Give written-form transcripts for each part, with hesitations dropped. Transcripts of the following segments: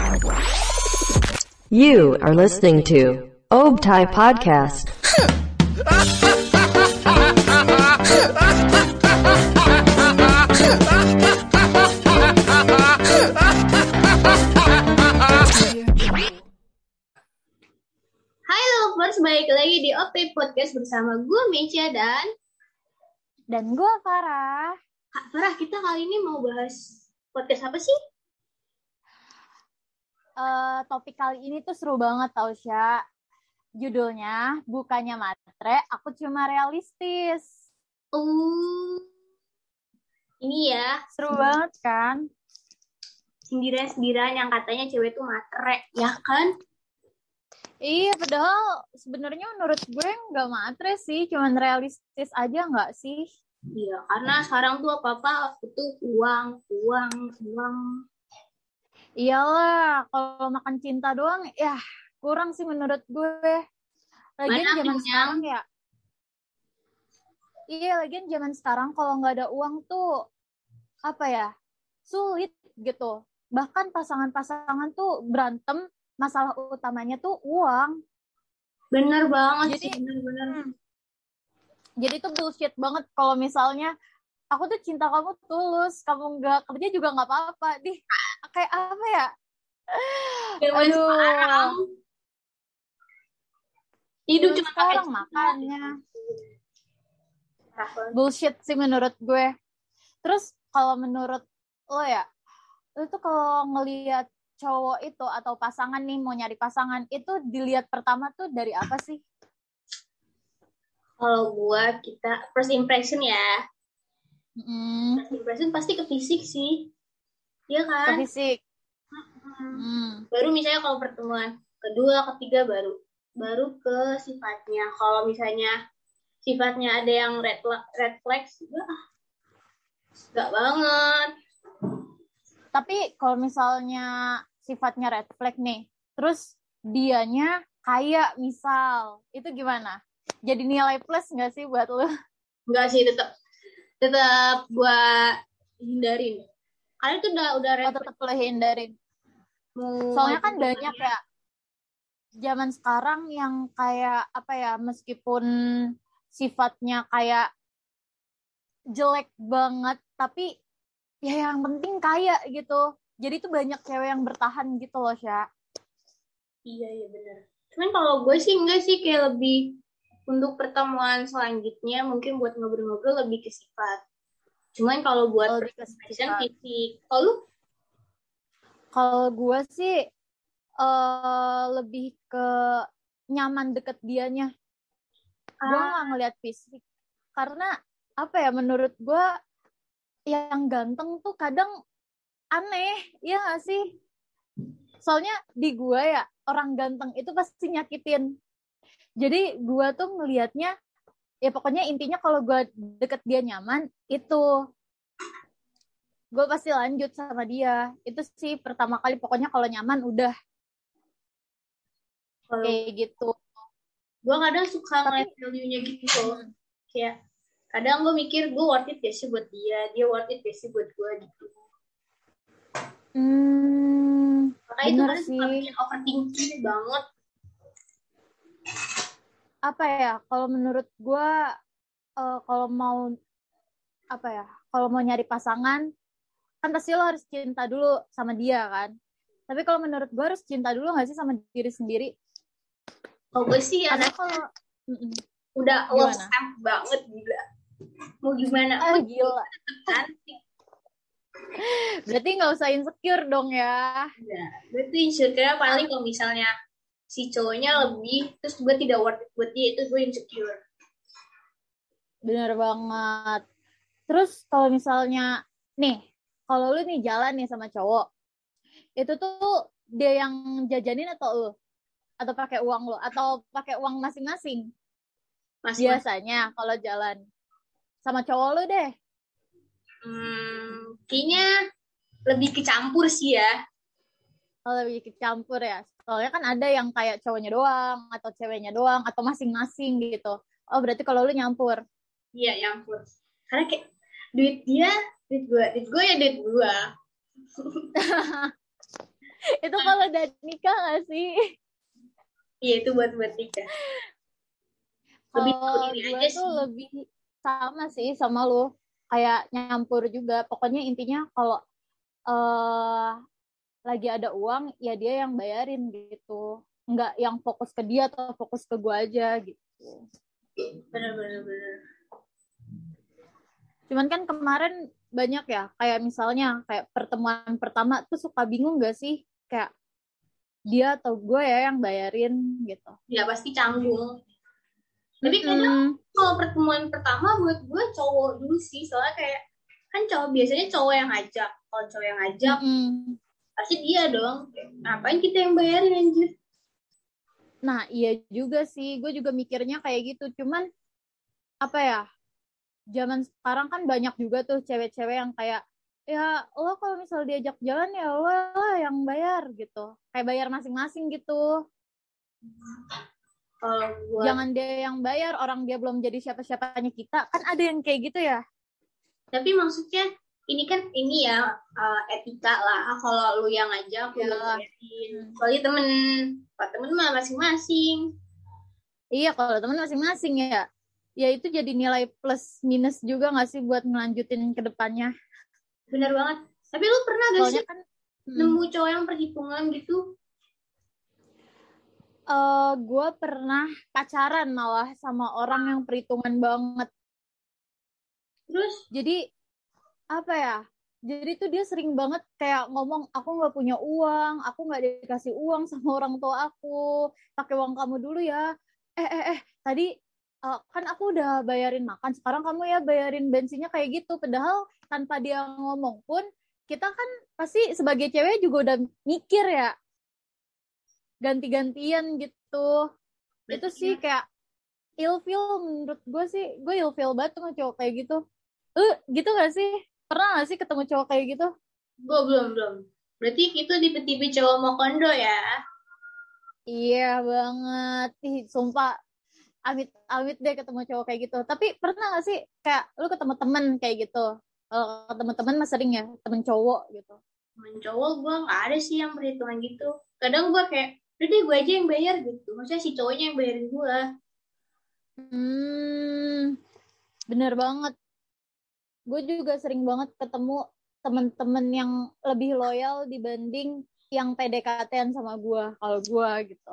You are listening to Obtai Podcast. Hai lovers, balik lagi di OP Podcast bersama gue Mecia dan gue Farah. Kak Farah, kita kali ini mau bahas podcast apa sih? Topik kali ini tuh seru banget tau Sya. Judulnya bukannya matre, aku cuma realistis. Ini ya seru banget kan? Sindiran-sindiran yang katanya cewek tuh matre, ya kan? Iya, padahal sebenarnya menurut gue nggak matre sih, cuman realistis aja nggak sih? Iya, karena sekarang tuh apa-apa butuh uang. Iyalah, kalau makan cinta doang, ya kurang sih menurut gue. Lagian zaman sekarang ya. Iya, lagian zaman sekarang kalau nggak ada uang tuh, apa ya, sulit gitu. Bahkan pasangan-pasangan tuh berantem, masalah utamanya tuh uang. Bener banget jadi, sih, bener. Jadi itu bullshit banget kalau misalnya aku tuh cinta kamu tulus, kamu nggak kerja juga nggak apa-apa. Kayak apa ya? Sekarang hidup cuma sekarang makanya. Bullshit sih menurut gue. Terus kalau menurut lo ya, lo tuh kalau ngelihat cowok itu atau pasangan nih, mau nyari pasangan, itu dilihat pertama tuh dari apa sih? Kalau kita first impression ya. First impression pasti ke fisik sih. Iya kan? Ke fisik. Baru misalnya kalau pertemuan kedua, ketiga baru ke sifatnya. Kalau misalnya sifatnya ada yang red flags, enggak banget. Tapi kalau misalnya sifatnya red flag nih, terus dianya kaya misal, itu gimana? Jadi nilai plus nggak sih buat lo? Nggak sih, tetap gue hindarin. Karena itu udah red tetap lo hindarin. Soalnya kan banyak ya zaman sekarang yang kayak apa ya, meskipun sifatnya kayak jelek banget, tapi ya yang penting kaya gitu. Jadi tuh banyak cewek yang bertahan gitu loh, Sya. Iya benar. Cuman kalau gue sih enggak sih, kayak lebih untuk pertemuan selanjutnya mungkin buat ngobrol-ngobrol lebih ke sifat. Cuman kalau buat presentasi fisik, kalau gue sih lebih ke nyaman deket dianya. Gue nggak ngeliat fisik karena apa ya, menurut gue yang ganteng tuh kadang aneh, ya nggak sih? Soalnya di gue ya, orang ganteng itu pasti nyakitin. Jadi gue tuh ngelihatnya, ya pokoknya intinya kalau gue deket dia nyaman, itu gue pasti lanjut sama dia. Itu sih pertama kali, pokoknya kalau nyaman udah. Kayak gitu. Gue kadang suka ngeliat value-nya gitu. Kayak kadang gue mikir, gue worth it gak sih buat dia worth it gak sih buat gue gitu. Makanya itu kan suka bikin overthinking banget. Apa ya, kalau menurut gue kalau mau nyari pasangan kan pasti lo harus cinta dulu sama dia kan. Tapi kalau menurut gue harus cinta dulu nggak sih sama diri sendiri? Oh, gue sih udah love self banget, gila. Mau gimana? Gila. Cantik. Berarti nggak usah insecure dong ya? Ya, berarti insecure paling kalau misalnya si cowoknya lebih, terus gue tidak worth it buat dia, itu gue insecure. Bener banget. Terus kalau misalnya nih, kalau lu nih jalan nih sama cowok, itu tuh dia yang jajanin atau lu? Atau pakai uang lu? Atau pakai uang masing-masing? Biasanya kalau jalan sama cowok lu deh. Kayaknya lebih kecampur sih ya. Lebih kecampur ya. Soalnya kan ada yang kayak cowoknya doang, atau ceweknya doang, atau masing-masing gitu. Oh, berarti kalau lu nyampur. Iya, nyampur. Karena kayak duit dia, duit gue ya duit gue. Itu kalau udah nikah gak sih? Iya, itu buat nikah. Lebih tahu Kalau diri gue aja tuh sih. lebih sama sih sama lu. Kayak nyampur juga. Pokoknya intinya kalau lagi ada uang, ya dia yang bayarin gitu. Nggak yang fokus ke dia atau fokus ke gue aja gitu. Bener. Cuman kan kemarin banyak ya, kayak misalnya kayak pertemuan pertama tuh suka bingung gak sih? Kayak dia atau gue ya yang bayarin gitu. Ya pasti canggung. Tapi kadang kalau pertemuan pertama buat gue cowok dulu sih, soalnya kayak kan biasanya cowok yang ngajak. Kalau cowok yang ngajak, pasti dia dong. Ngapain kita yang bayarin anjir? Nah iya juga sih, gue juga mikirnya kayak gitu. Cuman apa ya, zaman sekarang kan banyak juga tuh cewek-cewek yang kayak ya lo kalau misal diajak jalan ya lo lah yang bayar gitu, kayak bayar masing-masing gitu. Jangan dia yang bayar, orang dia belum jadi siapa-siapanya kita, kan ada yang kayak gitu ya. Tapi maksudnya ini kan ya etika lah. Kalau lu yang ngajak, lu yang bayarin. Soalnya temen mah masing-masing. Iya, kalau temen masing-masing ya. Ya itu jadi nilai plus minus juga gak sih buat ngelanjutin ke depannya. Bener banget. Tapi lu pernah gak soalnya sih kan, nemu cowok yang perhitungan gitu? Gue pernah pacaran malah sama orang yang perhitungan banget. Terus? Jadi apa ya? Jadi tuh dia sering banget kayak ngomong, aku nggak punya uang, aku nggak dikasih uang sama orang tua aku, pakai uang kamu dulu ya. Tadi kan aku udah bayarin makan, sekarang kamu ya bayarin bensinnya, kayak gitu. Padahal tanpa dia ngomong pun, kita kan pasti sebagai cewek juga udah mikir ya, ganti-gantian gitu. Itu sih kayak ilfeel menurut gue sih, gue ilfeel banget sama cowok kayak gitu. Gitu gak sih? Pernah gak sih ketemu cowok kayak gitu? Gue belum. Berarti itu tipe-tipe cowok mau kondo ya? Iya banget. Sumpah, amit-amit deh ketemu cowok kayak gitu. Tapi pernah gak sih kayak lu ketemu temen kayak gitu? Ketemu temen mah sering ya, temen cowok gitu. Temen cowok gue gak ada sih yang perhitungan gitu. Kadang gue kayak, udah deh gue aja yang bayar gitu. Maksudnya si cowoknya yang bayarin gue. Bener banget. Gue juga sering banget ketemu temen-temen yang lebih loyal dibanding yang PDKT-an sama gue, kalau gue gitu.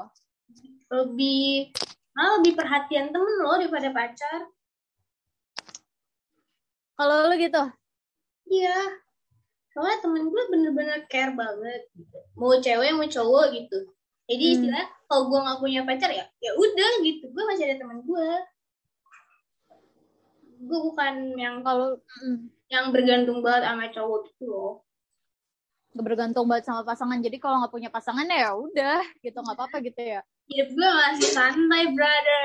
Lebih perhatian temen lo daripada pacar. Kalau lo gitu? Iya. Soalnya temen gue bener-bener care banget gitu. Mau cewek mau cowok gitu. Jadi istilah kalau gue gak punya pacar ya udah gitu. Gue masih ada temen gue. Gue bukan yang bergantung banget sama cowok gitu loh. Bergantung banget sama pasangan. Jadi kalau nggak punya pasangan ya udah gitu, nggak apa-apa gitu ya. Hidup gue masih santai, brother.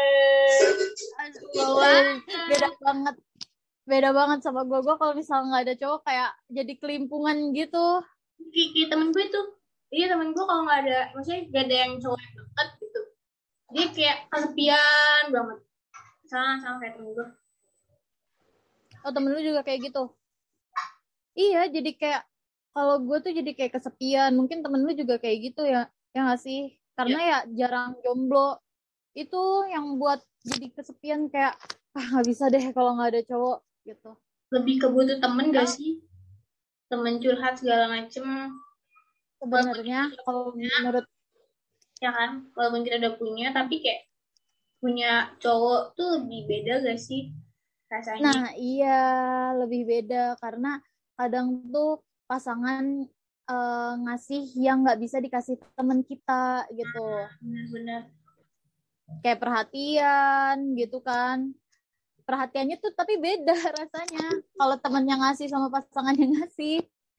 Beda banget sama gue. Gue kalau misalnya nggak ada cowok kayak jadi kelimpungan gitu. Kayak temen gue tuh, temen gue kalau nggak ada, maksudnya gak ada yang cowok yang deket gitu, dia kayak kesepian banget. Sama kayak temen gue. Oh, temen lu juga kayak gitu? Iya, jadi kayak kalau gue tuh jadi kayak kesepian. Mungkin temen lu juga kayak gitu ya, ya nggak sih? Karena ya jarang jomblo. Itu yang buat jadi kesepian, kayak nggak bisa deh kalau nggak ada cowok gitu. Lebih ke butuh temen gak sih? Temen curhat segala macem. Sebenarnya kalau menurut, ya kan, walaupun kita udah punya, tapi kayak punya cowok tuh lebih beda gak sih rasanya? Nah iya, lebih beda karena kadang tuh pasangan ngasih yang nggak bisa dikasih temen kita gitu. Benar-benar. Kayak perhatian gitu kan. Perhatiannya tuh tapi beda rasanya kalau temen yang ngasih sama pasangan yang ngasih.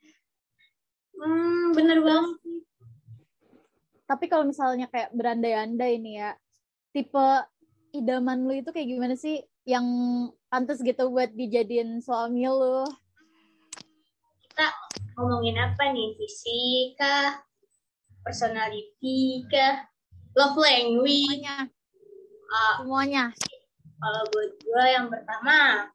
Bener banget. Tapi kalau misalnya kayak berandai-andai nih ya, tipe idaman lu itu kayak gimana sih yang pantas gitu buat dijadiin suami lu? Kita ngomongin apa nih? Fisika, personality kah, love language? Semuanya. Kalau buat gue yang pertama,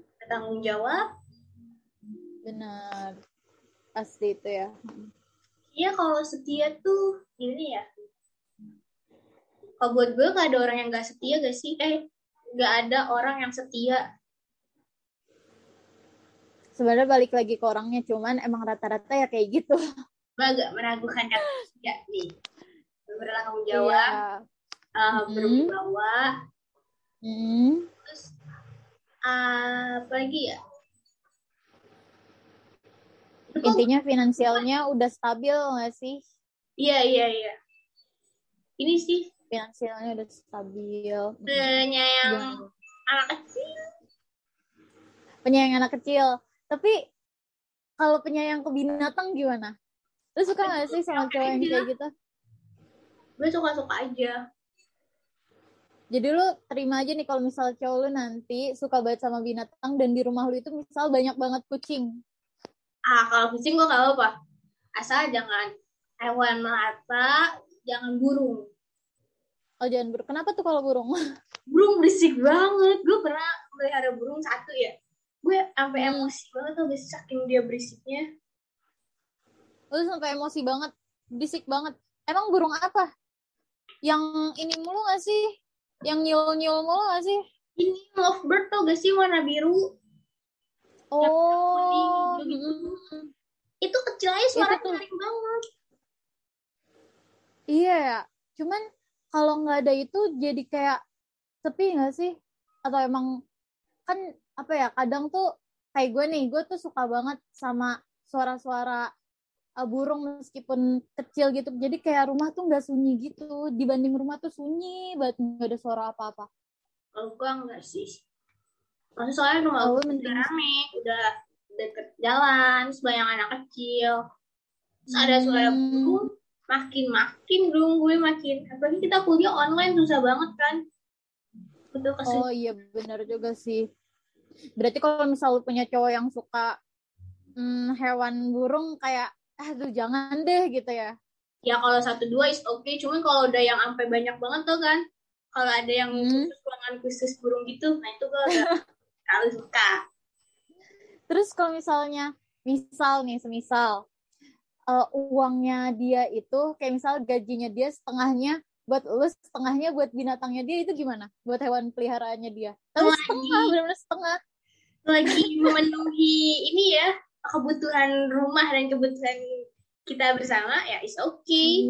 bertanggung jawab. Benar. Pasti itu ya. Iya, kalau setia tuh gini ya. Kalau buat gue gak ada orang yang gak setia gak sih? Gak ada orang yang setia. Sebenarnya balik lagi ke orangnya, cuman emang rata-rata ya kayak gitu. Gue agak meragukan kata setia nih. Bertanggung Iya. jawab, Mm-mm. berwibawa, Mm. terus apa lagi ya? Itu kok Intinya finansialnya udah stabil nggak sih? iya. Ini sih Finansialnya udah stabil. penyayang Gimana? anak kecil. Penyayang anak kecil. Tapi kalau penyayang ke binatang gimana? Lu suka nggak sih sama cowok yang kayak gitu? Gue suka-suka aja. Jadi lu terima aja nih kalau misal cowok lu nanti suka banget sama binatang dan di rumah lu itu misal banyak banget kucing. Kalau kucing gue gak apa-apa. Asal jangan hewan melata, jangan burung. Oh jangan burung. Kenapa tuh kalau burung? Burung berisik banget. Gue pernah melihara burung satu ya. Gue sampai emosi banget tuh saking dia berisiknya. Lu sampai emosi banget, berisik banget. Emang burung apa? Yang ini mulu gak sih? Yang nyul-nyul mulu gak sih? Ini lovebird tuh gak sih warna biru? Oh, gitu. Itu kecil aja suaranya nyaring banget. Iya ya. Cuman kalau nggak ada itu jadi kayak sepi nggak sih? Atau emang kan apa ya? Kadang tuh kayak gue tuh suka banget sama suara-suara burung meskipun kecil gitu. Jadi kayak rumah tuh nggak sunyi gitu. Dibanding rumah tuh sunyi banget, nggak ada suara apa-apa. Kalau gue enggak sih. Maksudnya soalnya rumah gue udah rame, udah deket jalan, banyak anak kecil. Terus ada suara burung, makin burung gue makin. Apalagi kita kuliah online susah banget kan. Oh iya benar juga sih. Berarti kalau misal punya cowok yang suka hewan burung kayak aduh jangan deh gitu ya. Ya kalau 1-2 is okay, cuman kalau udah yang sampai banyak banget tuh kan, kalau ada yang khusus ruangan khusus burung gitu, nah itu gue udah terlalu suka. Terus kalau misalnya semisal uangnya dia itu kayak misal gajinya dia setengahnya buat lu, setengahnya buat binatangnya dia, itu gimana? Buat hewan peliharaannya dia. Tapi setengah, benar-benar setengah. Lagi memenuhi ini ya, kebutuhan rumah dan kebutuhan kita bersama, ya is okay.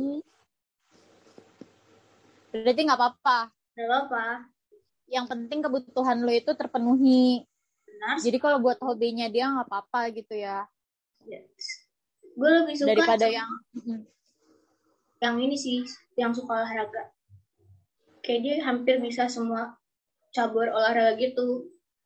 Berarti nggak apa-apa. Nggak apa-apa. Yang penting kebutuhan lo itu terpenuhi. Benar. Jadi kalau buat hobinya dia nggak apa-apa gitu ya. Yes. Gue lebih suka daripada yang ini sih, yang suka olahraga. Kayak dia hampir bisa semua cabur olahraga gitu.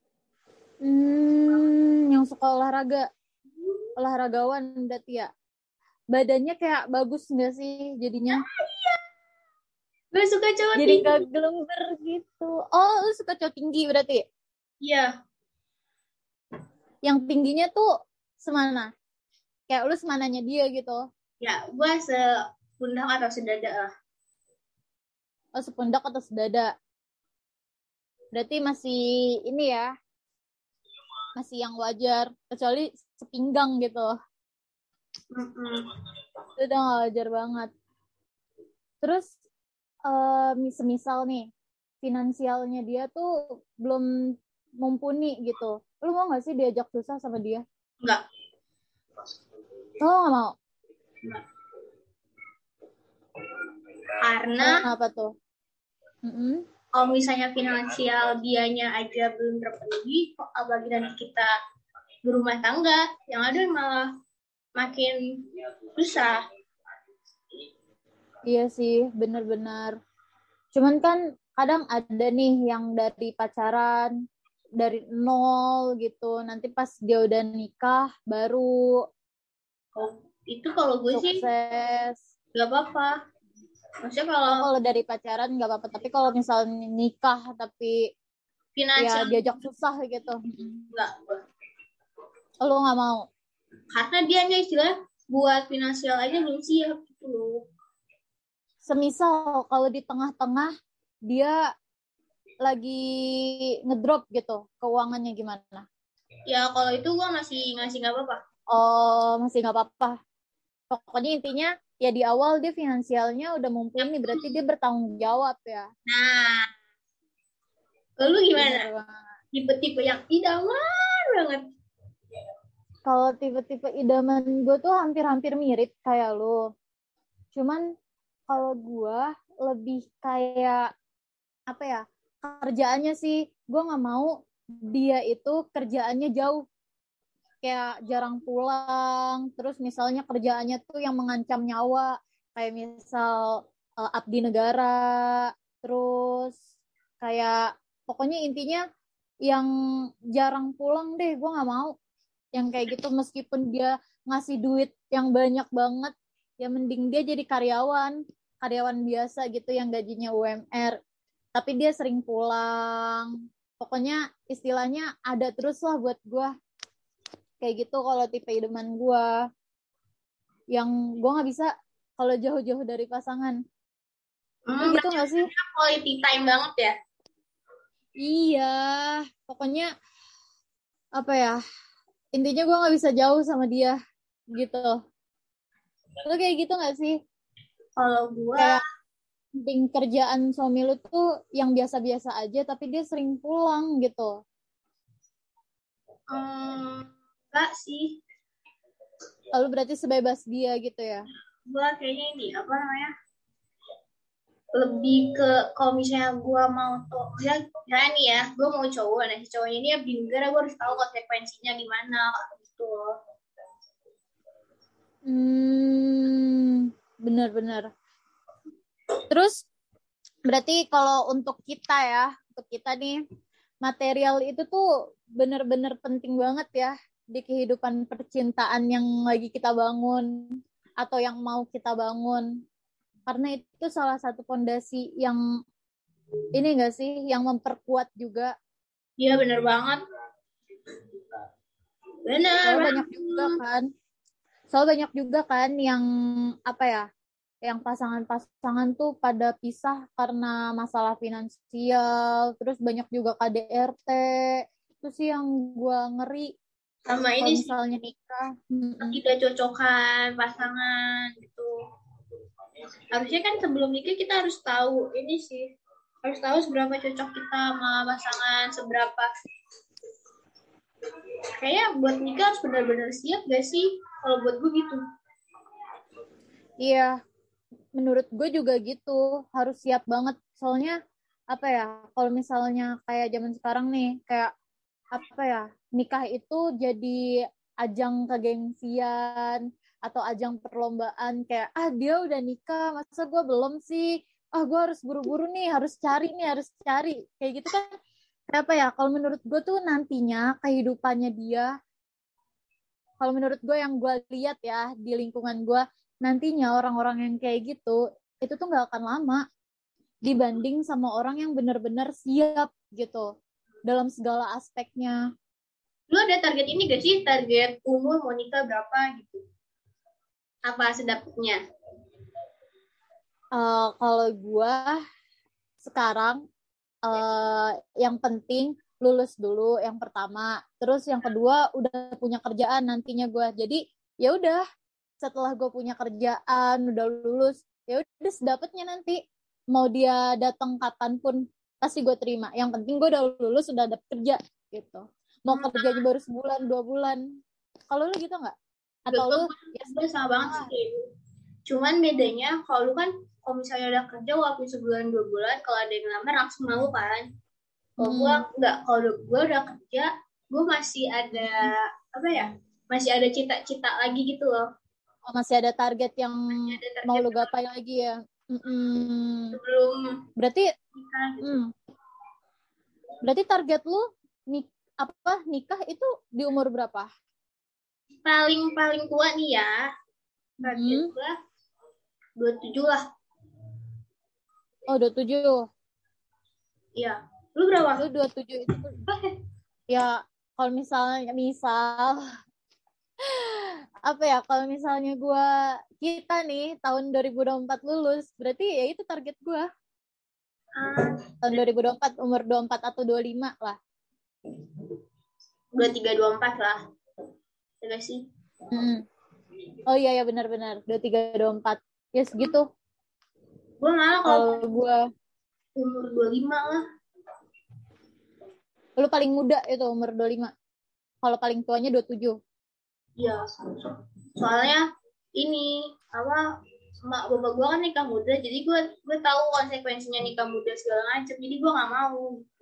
Yang suka olahraga, olahragawan berarti ya. Badannya kayak bagus nggak sih jadinya? Iya. Gue suka cowok jadi tinggi. Jadi gak gelember gitu. Oh, lu suka cowok tinggi berarti? Iya. Yang tingginya tuh semana? Kayak lu semananya dia gitu? Ya, gue sepundak atau sedada lah. Oh, sepundak atau sedada. Berarti masih ini ya, masih yang wajar. Kecuali sepinggang gitu. Itu udah gak wajar banget. Terus, semisal nih, finansialnya dia tuh belum mumpuni gitu. Lu mau gak sih diajak susah sama dia? Enggak. Lo gak mau? Enggak. Karena apa tuh? Kalau misalnya finansial dianya aja belum terpenuhi, kok apalagi nanti kita berumah tangga, yang ada malah makin susah. Iya sih, benar-benar. Cuman kan kadang ada nih yang dari pacaran dari nol gitu, nanti pas dia udah nikah baru itu kalau gue sih gak apa-apa. Maksudnya kalau dari pacaran gak apa-apa, tapi kalau misalnya nikah tapi finansial ya diajak susah gitu, enggak. Lo gak mau? Karena dia istilah buat finansial aja belum siap gitu loh. Semisal kalau di tengah-tengah dia lagi ngedrop gitu, keuangannya gimana? Ya kalau itu gue masih ngasih gak apa-apa. Oh, masih gak apa-apa. Pokoknya intinya ya di awal dia finansialnya udah mumpuni, berarti dia bertanggung jawab ya. Nah, lalu gimana? Bener banget. Tipe-tipe yang idaman banget. Kalau tipe-tipe idaman gue tuh hampir-hampir mirip kayak lo. Cuman kalau gue lebih kayak apa ya, kerjaannya sih gue nggak mau dia itu kerjaannya jauh, kayak jarang pulang, terus misalnya kerjaannya tuh yang mengancam nyawa, kayak misal abdi negara, terus kayak pokoknya intinya yang jarang pulang deh, gue nggak mau yang kayak gitu. Meskipun dia ngasih duit yang banyak banget, ya mending dia jadi karyawan biasa gitu yang gajinya UMR tapi dia sering pulang. Pokoknya istilahnya ada terus lah buat gue. Kayak gitu kalau tipe idaman gue. Yang gue gak bisa kalau jauh-jauh dari pasangan. Lu gitu gak sih? Quality time banget ya? Iya. Pokoknya apa ya, intinya gue gak bisa jauh sama dia. Gitu. Lu kayak gitu gak sih? Kalau gue kayak penting kerjaan suami lu tuh yang biasa-biasa aja tapi dia sering pulang gitu. enggak sih. Lalu berarti sebebas dia gitu ya? Gue kayaknya ini apa namanya, lebih ke kalau misalnya gue mau tuh ya nih ya, gue mau cowok, nah si cowoknya ini abdi negara, gue harus tahu konsekuensinya gimana gitu. Benar-benar. Terus berarti kalau untuk kita nih, material itu tuh benar-benar penting banget ya di kehidupan percintaan yang lagi kita bangun atau yang mau kita bangun. Karena itu salah satu fondasi yang ini enggak sih, yang memperkuat juga. Iya benar banget. Benar. Soalnya banyak juga kan yang apa ya, yang pasangan-pasangan tuh pada pisah karena masalah finansial, terus banyak juga KDRT. Itu sih yang gue ngeri. Sama ini sih, misalnya nikah tidak cocokan pasangan gitu. Harusnya kan sebelum nikah kita harus tahu ini sih, harus tahu seberapa cocok kita sama pasangan, seberapa kayak buat nikah harus benar-benar siap gak sih? Kalau buat gue gitu. Iya, menurut gue juga gitu, harus siap banget. Soalnya apa ya, kalau misalnya kayak zaman sekarang nih, kayak apa ya, nikah itu jadi ajang kegengsian atau ajang perlombaan, kayak dia udah nikah, masa gue belum sih, gue harus buru-buru nih, harus cari kayak gitu kan. Kayak apa ya, kalau menurut gue tuh nantinya kehidupannya dia, kalau menurut gue yang gue lihat ya di lingkungan gue, nantinya orang-orang yang kayak gitu itu tuh gak akan lama dibanding sama orang yang benar-benar siap gitu dalam segala aspeknya. Lu ada target ini gak sih, target umur mau nikah berapa gitu? Apa sedapatnya? Kalau gue sekarang yang penting lulus dulu yang pertama, terus yang kedua udah punya kerjaan nantinya gue. Jadi ya udah, setelah gue punya kerjaan udah lulus, ya udah sedapatnya nanti mau dia datang kapanpun pasti gue terima. Yang penting gue udah lulus, udah dapet kerja gitu. Mau kerjanya baru sebulan 2 bulan. Kalau lu gitu nggak? Atau lu ya gue sama banget sih kayak gitu. Cuman bedanya kalau lu kan kalau misalnya udah kerja walaupun sebulan 2 bulan, kalau ada yang lamar langsung mau kan. Kalau gue nggak, kalau gue udah kerja, gue masih ada apa ya, masih ada cita-cita lagi gitu loh. Masih ada target yang mau lu gapai lagi ya. Sebelum berarti nikah. Berarti target lu nikah itu di umur berapa? Paling tua nih ya, target gue 27 lah. Oh, 27. Iya. Lu berapa? Lu 27 itu. Ya, kalau misal apa ya, kalau misalnya kita nih tahun 2024 lulus, berarti ya itu target gue. Tahun 2024, umur 24 atau 25 lah. 23, 24 lah. Ya sih? Oh iya ya benar-benar 23 24. Ya segitu. Gue malah kalau Kalau gue umur 25 lah. lu paling muda itu umur 25. Kalau paling tuanya 27. Iya. Soalnya ini apa emak bapak gue kan nikah muda, jadi gue tahu konsekuensinya nikah muda segala macam, jadi gue nggak mau.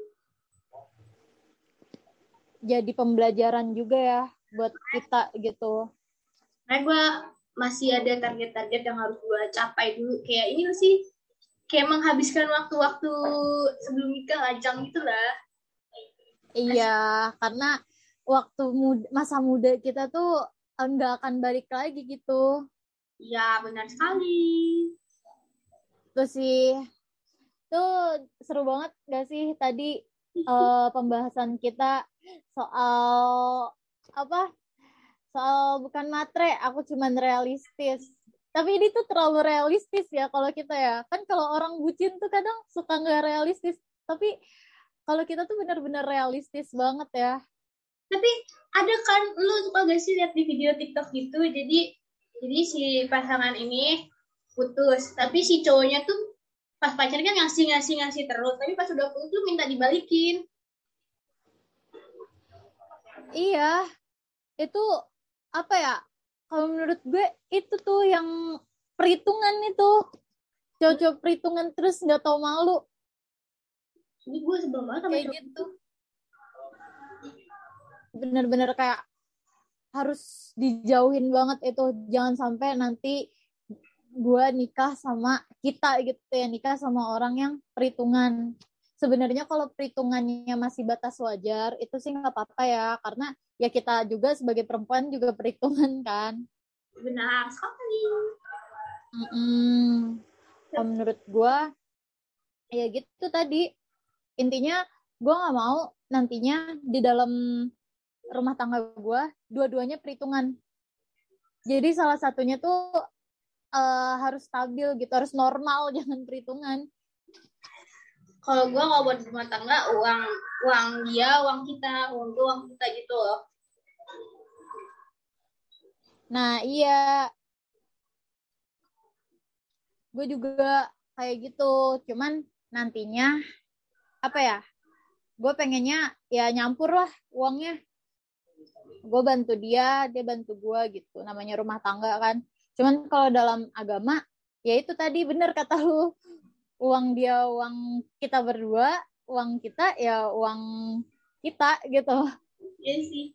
Jadi pembelajaran juga ya buat kita gitu. Karena gue masih ada target-target yang harus gue capai dulu, kayak ini sih kayak menghabiskan waktu-waktu sebelum nikah lajang gitu lah. Iya, karena waktu masa muda kita tuh nggak akan balik lagi gitu. Iya benar sekali. Terus sih, tuh seru banget gak sih tadi pembahasan kita soal apa? Soal bukan matre, aku cuman realistis. Tapi ini tuh terlalu realistis ya kalau kita ya. Kan kalau orang bucin tuh kadang suka nggak realistis. Tapi kalau kita tuh benar-benar realistis banget ya. Tapi ada kan, lu suka gak sih lihat di video TikTok gitu, jadi si pasangan ini putus, tapi si cowoknya tuh pas pacaran kan ngasih terus, tapi pas udah putus tuh minta dibalikin. Iya, itu apa ya? Kalau menurut gue itu tuh yang perhitungan itu. Cowok-cowok perhitungan terus nggak tahu malu. Ini gue sebel banget sama Kayak cowok gitu. Bener-bener kayak harus dijauhin banget itu. Jangan sampai nanti gue nikah sama kita gitu ya. Nikah sama orang yang perhitungan. Sebenarnya kalau perhitungannya masih batas wajar, itu sih nggak apa-apa ya. Karena ya kita juga sebagai perempuan juga perhitungan kan. benar sekali. Kalau menurut gue, ya gitu tadi. Intinya gue nggak mau nantinya di dalam rumah tangga gue dua-duanya perhitungan. Jadi salah satunya tuh harus stabil gitu, harus normal, jangan perhitungan. Kalau gue nggak buat rumah tangga, uang dia, uang kita, uang gue, uang kita gitu loh. Nah iya, gue juga kayak gitu. Cuman nantinya apa ya? Gue pengennya ya nyampur lah uangnya. Gue bantu dia bantu gue gitu. Namanya rumah tangga kan. Cuman kalau dalam agama, ya itu tadi bener kata lu. Uang dia uang kita berdua, uang kita ya uang kita gitu. Iya sih.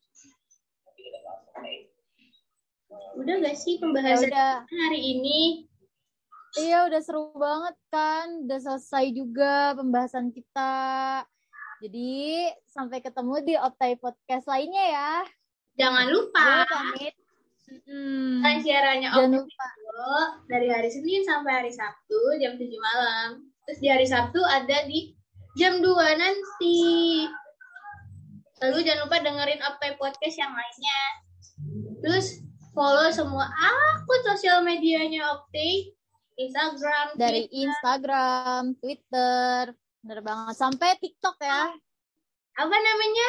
Udah gak sih pembahasan hari ini? Iya udah seru banget kan. Udah selesai juga pembahasan kita. Jadi sampai ketemu di Optai Podcast lainnya ya. Jangan lupa. Gue pamit. Kan siarannya Jangan lupa. Dari hari Senin sampai hari Sabtu jam 7 malam. Terus di hari Sabtu ada di jam 2 nanti. Lalu jangan lupa dengerin Optai Podcast yang lainnya. Terus follow semua akun sosial medianya Optai. Instagram, dari Twitter. Instagram, Twitter, bener banget. Sampai TikTok ya. Apa namanya?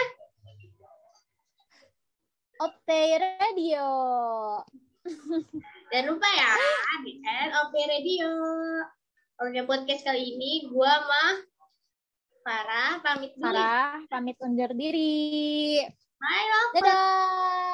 Optai Radio. Jangan lupa ya, di Optai Radio. Oke, podcast kali ini gue mah Farah pamit dulu. Farah pamit undur diri. Bye, love. Dadah.